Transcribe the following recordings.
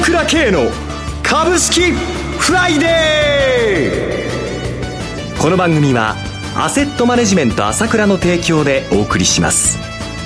倉慶の株式フライデー。この番組はアセットマネジメント朝倉の提供でお送りします。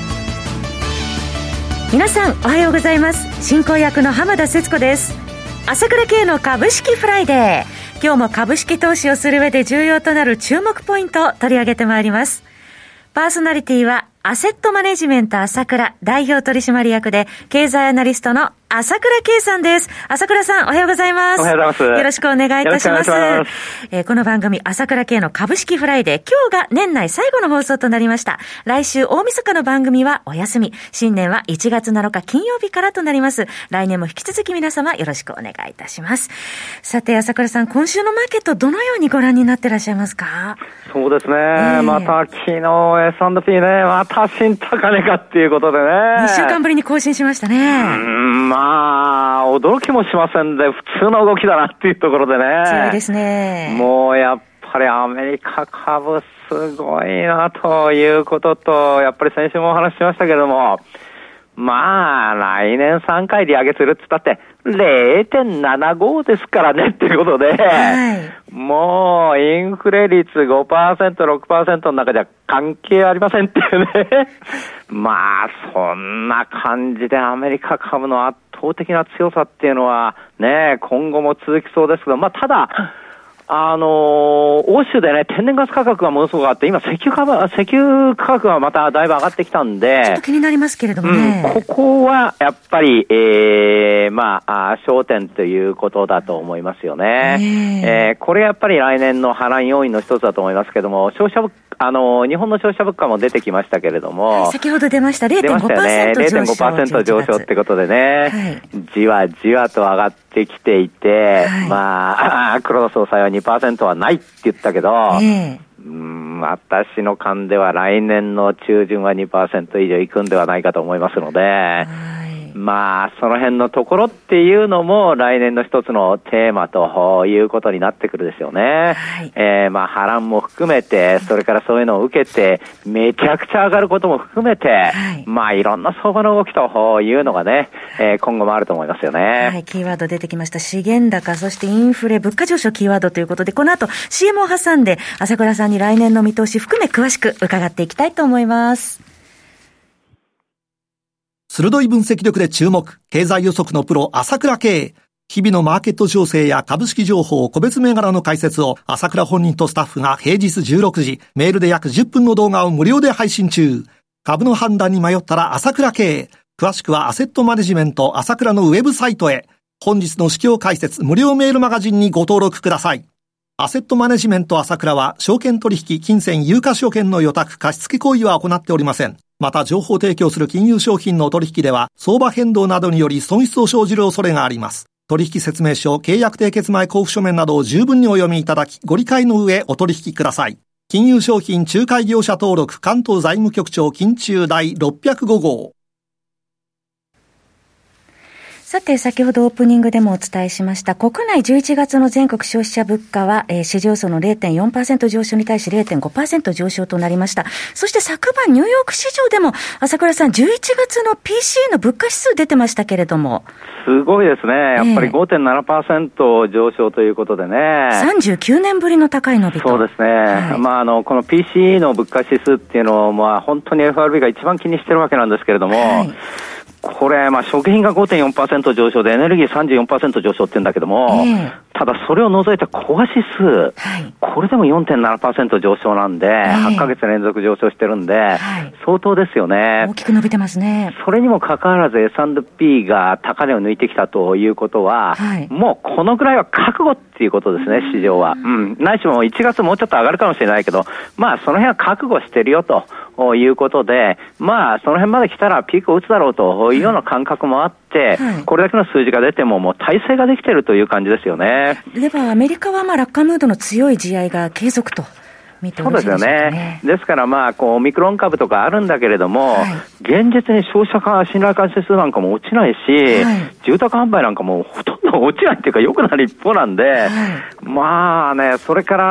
皆さんおはようございます。進行役の浜田節子です。朝倉慶の株式フライデー。今日も株式投資をする上で重要となる注目ポイントを取り上げてまいります。パーソナリティはアセットマネジメント朝倉代表取締役で経済アナリストの朝倉慶さんです。朝倉さん、おはようございます。 おはようございます。 よろしくお願いいたします。この番組朝倉慶の株式フライデー、今日が年内最後の放送となりました。来週大晦日の番組はお休み。新年は1月7日金曜日からとなります。来年も引き続き皆様よろしくお願いいたします。さて朝倉さん、今週のマーケットどのようにご覧になってらっしゃいますか？ そうですね、また昨日 S&P ね、また新高値かっていうことでね、 2週間ぶりに更新しましたね。 まあ驚きもしませんで、普通の動きだなっていうところでね、 強いですね。 もうやっぱりアメリカ株すごいなということと、やっぱり先週もお話ししましたけれども、まあ来年3回利上げするって言ったって 0.75 ですからねっていうことで、もうインフレ率 5%、6% の中じゃ関係ありませんっていうねまあそんな感じでアメリカ株の圧倒的な強さっていうのはね、今後も続きそうですけど、まあただ欧州でね、天然ガス価格がものすごくあって、今石油価格がまただいぶ上がってきたんで、 ちょっと気になりますけれどもね、 ここはやっぱり、まあ焦点ということだと思いますよね。これやっぱり来年の波乱要因の一つだと思いますけども、日本の消費者物価も出てきましたけれども、 先ほど出ました 0.5% 上昇、 0.5% 上昇ってことでね、じわじわと上がってきていて、まあ黒田総裁は 2% はないって言ったけど、私の勘では来年の中旬は 2% 以上いくんではないかと思いますので、まあその辺のところっていうのも来年の一つのテーマということになってくるですよね。まあ波乱も含めて、それからそういうのを受けてめちゃくちゃ上がることも含めて、まあいろんな相場の動きというのがね、今後もあると思いますよね。 キーワード出てきました。資源高、そしてインフレ、物価上昇キーワードということで、この後 CM を挟んで朝倉さんに来年の見通し含め詳しく伺っていきたいと思います。 鋭い分析力で注目、経済予測のプロ朝倉慶。日々のマーケット情勢や株式情報、個別銘柄の解説を朝倉本人とスタッフが平日16時、メールで約10分の動画を無料で配信中。株の判断に迷ったら朝倉慶。詳しくはアセットマネジメント朝倉のウェブサイトへ。本日の市況解説無料メールマガジンにご登録ください。アセットマネジメント朝倉は証券取引、金銭、有価証券の予託、貸付行為は行っておりません。また情報提供する金融商品の取引では相場変動などにより損失を生じる恐れがあります。取引説明書、契約締結前交付書面などを十分にお読みいただき、ご理解の上お取引ください。金融商品仲介業者登録関東財務局長金中第605号。 さて先ほどオープニングでもお伝えしました国内11月の全国消費者物価は、市場予想の 0.4% 上昇に対し 0.5% 上昇となりました。そして昨晩ニューヨーク市場でも朝倉さん11月の PCE の物価指数出てましたけれども、 すごいですね。やっぱり 5.7% 上昇ということでね、 39年ぶりの高い伸びと。 そうですね、まあこの PCE の物価指数っていうのをまあ本当に FRB が一番気にしてるわけなんですけれども、これ、まあ、食品が 5.4% 上昇でエネルギー 34% 上昇って言うんだけども、ただそれを除いたコア指数、これでも 4.7% 上昇なんで、8ヶ月連続上昇してるんで、相当ですよね。 大きく伸びてますね。 それにもかかわらず S&P が高値を抜いてきたということは、もうこのぐらいは覚悟っていうことですね、市場は。ないしも1月もうちょっと上がるかもしれないけど、まあその辺は覚悟してるよということで、まあその辺まで来たらピークを打つだろうというような感覚もあって、これだけの数字が出てももう体制ができてるという感じですよね。 ではアメリカはまあ楽観ムードの強い地合いが継続と見てよろしいでしょうかね。 そうですよね。ですからまあこうオミクロン株とかあるんだけれども、現実に消費者信頼感指数なんかも落ちないし、住宅販売なんかもほとんど落ちないっていうか良くなる一方なんで、まあね、それからやっ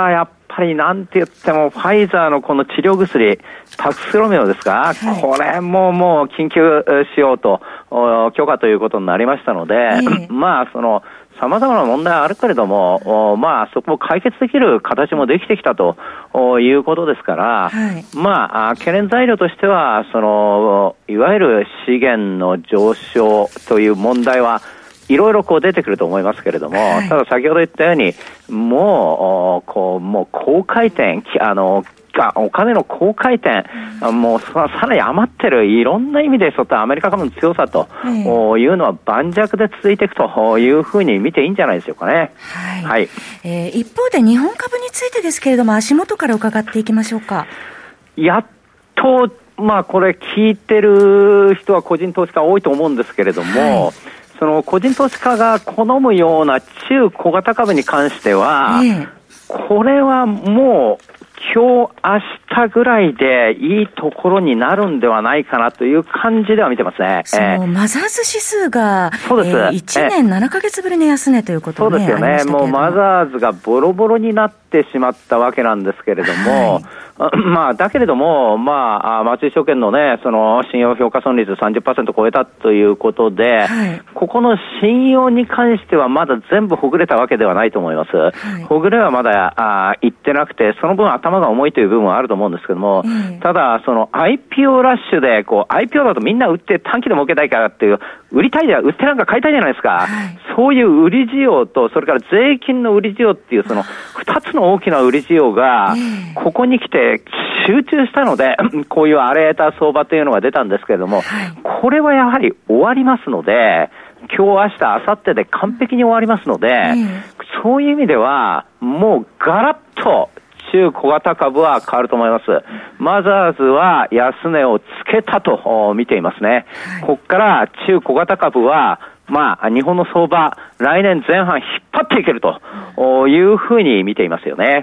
ぱりなんて言っても、ファイザーのこの治療薬、パクスロメオですか、これももう緊急使用と、許可ということになりましたので、まあ、様々な問題はあるけれども、まあ、そこを解決できる形もできてきたということですから、まあ、懸念材料としては、いわゆる資源の上昇という問題はいろいろ出てくると思いますけれども、ただ先ほど言ったように、もう高回転、お金の高回転、もうさらに余ってる、いろんな意味でアメリカ株の強さというのは盤石で続いていくというふうに見ていいんじゃないでしょうかね。 一方で日本株についてですけれども、足元から伺っていきましょうか。 やっと、まあこれ聞いてる人は個人投資家多いと思うんですけれども、その個人投資家が好むような中小型株に関しては、これはもう今日明日ぐらいでいいところになるんではないかなという感じでは見てますね。 マザーズ指数が、1年7ヶ月ぶりの安値ということで、 そうですよね。もうマザーズがボロボロになってしまったわけなんですけれども、まあ、だけれども、まあ、松井証券のね、信用評価損率 30% 超えたということで、ここの信用に関してはまだ全部ほぐれたわけではないと思います。ほぐれはまだ、いってなくて、その分頭が重いという部分はあると思うんですけども、ただ、IPO ラッシュで、IPO だとみんな売って短期で儲けたいからっていう、売りたいじゃ、売ってなんか買いたいじゃないですか。そういう売り需要と、それから税金の売り需要っていう、二つの大きな売り需要が、ここに来て集中したので、こういう荒れた相場というのが出たんですけれども、これはやはり終わりますので、今日、明日、明後日で完璧に終わりますので、そういう意味では、もうガラッと中小型株は変わると思います。マザーズは安値をつけたと見ていますね。ここから中小型株は、まあ、日本の相場、来年前半引っ張っていけるというふうに見ていますよね。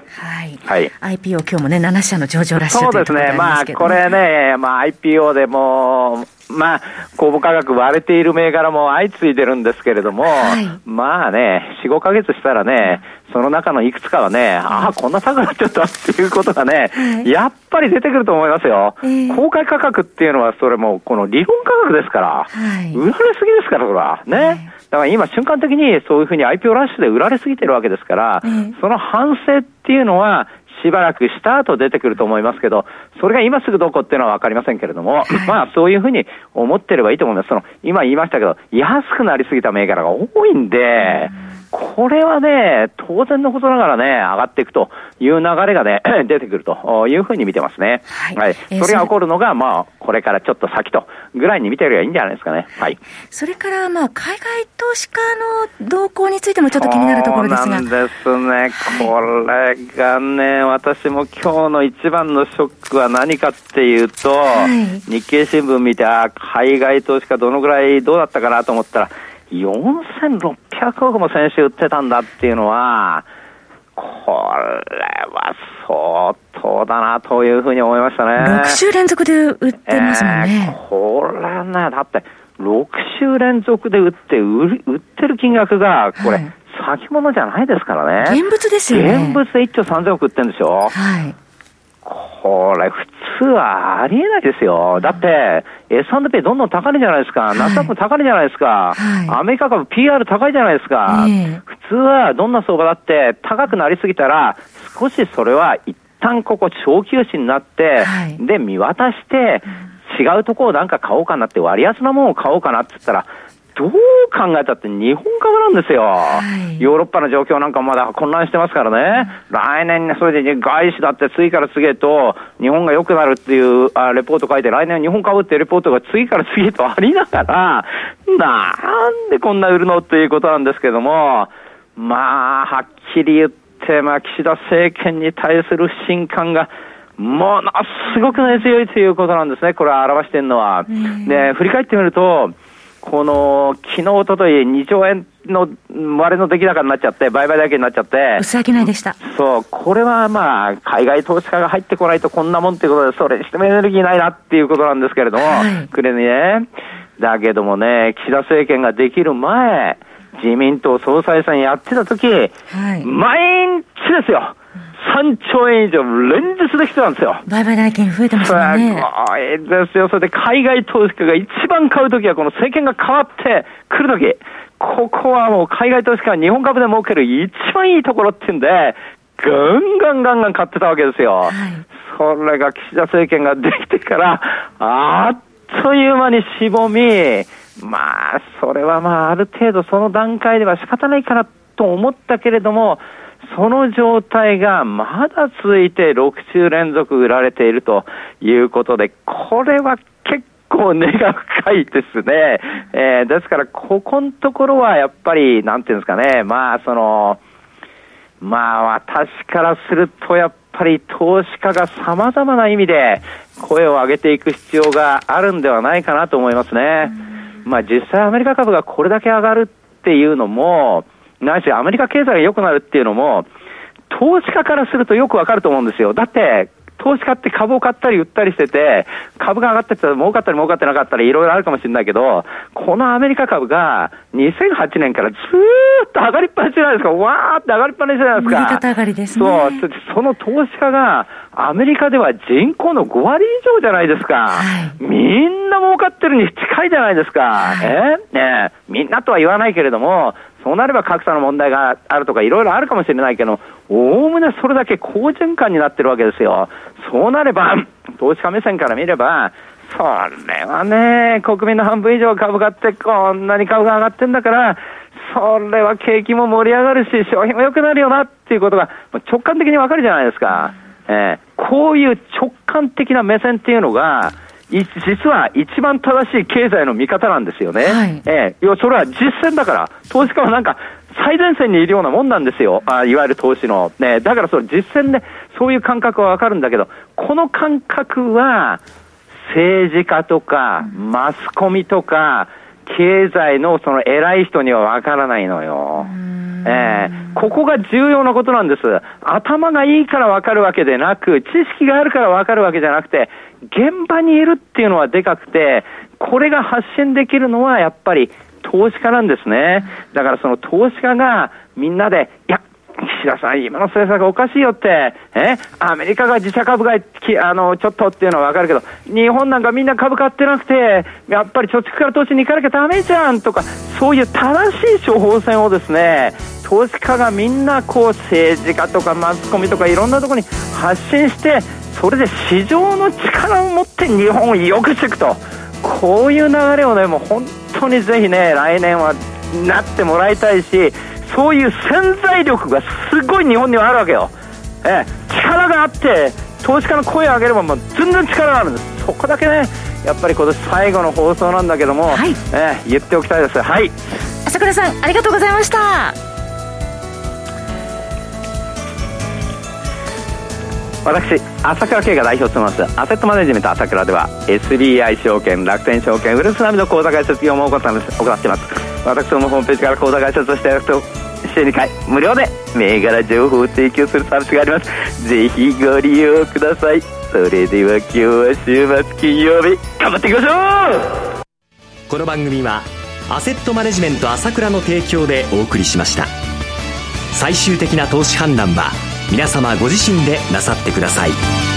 IPO 今日もね、7社の上場ラッシュというところでありますけど、 そうですね。まあ、これね、まあ、IPO でも、まあ、公募価格割れている銘柄も相次いでるんですけれども、まあね、4、5ヶ月したらね、その中のいくつかはね、こんな高くなっちゃったっていうことがね、やっぱり出てくると思いますよ。公開価格っていうのは、それもこの理論価格ですから、売られすぎですから、それは。ね。だから今瞬間的にそういうふうに IPO ラッシュで売られすぎてるわけですから、その反省っていうのは、しばらくした後出てくると思いますけど、それが今すぐどこっていうのはわかりませんけれども、まあそういうふうに思ってればいいと思います。今言いましたけど、安くなりすぎた銘柄が多いんで、これはね、当然のことながらね、上がっていくという流れがね、出てくるというふうに見てますね。それが起こるのが、まあ、これからちょっと先とぐらいに見てるよりいいんじゃないですかね。 それから、まあ、海外投資家の動向についてもちょっと気になるところですが。 そうなんですね。これがね、私も今日の一番のショックは何かっていうと、日経新聞見て、海外投資家どのぐらいどうだったかなと思ったら、4600億も先週売ってたんだっていうのは、これは相当だなというふうに思いましたね。 6週連続で売ってますもんね。 これね、だって6週連続で売ってる金額が、これ、先物じゃないですからね。 現物ですよね。 現物で1兆3000億売ってるんでしょ。これ普通はありえないですよ。だって S&P どんどん高いじゃないですか。ナスダックも高いじゃないですか。アメリカ株 PR 高いじゃないですか。普通はどんな相場だって高くなりすぎたら少しそれは一旦ここ長期牛になって、で見渡して違うところをなんか買おうかなって割安なものを買おうかなって言ったらどう考えたって日本株なんですよ。ヨーロッパの状況なんかまだ混乱してますからね。来年それで外資だって次から次へと日本が良くなるっていうレポート書いて、来年日本株っていうレポートが次から次へとありながら、なんでこんな売るのっていうことなんですけども、まあはっきり言って、まあ岸田政権に対する不信感がものすごく根強いということなんですね。これは表しているのは。で、振り返ってみると、この昨日おととい2兆円の割れの出来高になっちゃって、売買だけになっちゃって、 薄商いでした。 そう、これはまあ海外投資家が入ってこないとこんなもんっていうことで、それにしてもエネルギーないなっていうことなんですけれども、くれね。だけどもね、岸田政権ができる前、自民党総裁選やってた時、毎日ですよ。 3兆円以上連日できてたんですよ。 売買代金増えてますよね。 すごいですよ。それで海外投資家が一番買うときはこの政権が変わってくるとき、ここはもう海外投資家が日本株で儲ける一番いいところっていうんで、ガンガン買ってたわけですよ。はい、それが岸田政権ができてから、あっという間にしぼみ、それはある程度その段階では仕方ないかなと思ったけれども、その状態がまだ続いて6週連続売られているということで、これは結構根が深いですね。ですからここのところはやっぱりなんていうんですかね、私からするとやっぱり投資家が様々な意味で声を上げていく必要があるんではないかなと思いますね。実際アメリカ株がこれだけ上がるっていうのも、ないしアメリカ経済が良くなるっていうのも、投資家からするとよくわかると思うんですよ。だって投資家って株を買ったり売ったりしてて、株が上がってたら儲かったり儲かってなかったりいろいろあるかもしれないけど、このアメリカ株が2008年からずーっと上がりっぱなしじゃないですか。わーって上がりっぱなしじゃないですか。 右肩上がりですね。 その投資家がアメリカでは人口の5割以上じゃないですか。みんな儲かってるに近いじゃないですか。みんなとは言わないけれども、そうなれば格差の問題があるとかいろいろあるかもしれないけど、おおむねそれだけ好循環になってるわけですよ。そうなれば投資家目線から見れば、それはね、国民の半分以上株買ってこんなに株が上がってんだから、それは景気も盛り上がるし消費も良くなるよなっていうことが直感的にわかるじゃないですか。こういう直感的な目線っていうのが実は一番正しい経済の見方なんですよね。それは実践だから、投資家はなんか最前線にいるようなもんなんですよ。いわゆる投資の、だからそれ実践でそういう感覚はわかるんだけど、この感覚は政治家とかマスコミとか経済のその偉い人にはわからないのよ。ここが重要なことなんです。頭がいいからわかるわけでなく、知識があるからわかるわけじゃなくて、現場にいるっていうのはでかくて、これが発信できるのはやっぱり投資家なんですね。だからその投資家がみんなで、いや岸田さん今の政策おかしいよって、アメリカが自社株買いちょっとっていうのはわかるけど、日本なんかみんな株買ってなくて、やっぱり貯蓄から投資に行かなきゃダメじゃんとか、そういう正しい処方箋をですね、投資家がみんなこう政治家とかマスコミとかいろんなところに発信して、それで市場の力を持って日本を良くしていくと、こういう流れをね、もう本当にぜひね、来年はなってもらいたいし、そういう潜在力がすごい日本にはあるわけよ。力があって投資家の声を上げればもう全然力があるんです。そこだけね、やっぱり今年最後の放送なんだけども、言っておきたいです。 朝倉さんありがとうございました。 私朝倉慶が代表を務めますアセットマネジメント朝倉では SBI 証券、楽天証券、ウルスナビの口座開設業務を行っています。私どもホームページから口座開設をしていただくと週2回無料で銘柄情報を提供するサービスがあります。ぜひご利用ください。それでは今日は週末金曜日頑張っていきましょう。 この番組はアセットマネジメント朝倉の提供でお送りしました。最終的な投資判断は皆様ご自身でなさってください。